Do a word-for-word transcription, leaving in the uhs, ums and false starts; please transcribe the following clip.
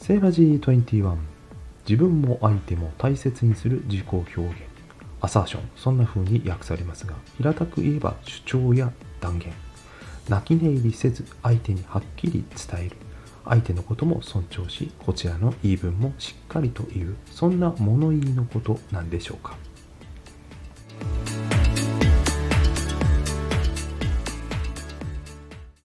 セーラジーにじゅういち、自分も相手も大切にする自己表現、アサーション、そんな風に訳されますが、平たく言えば主張や断言、泣き寝入りせず相手にはっきり伝える、相手のことも尊重し、こちらの言い分もしっかりと言う、そんな物言いのことなんでしょうか。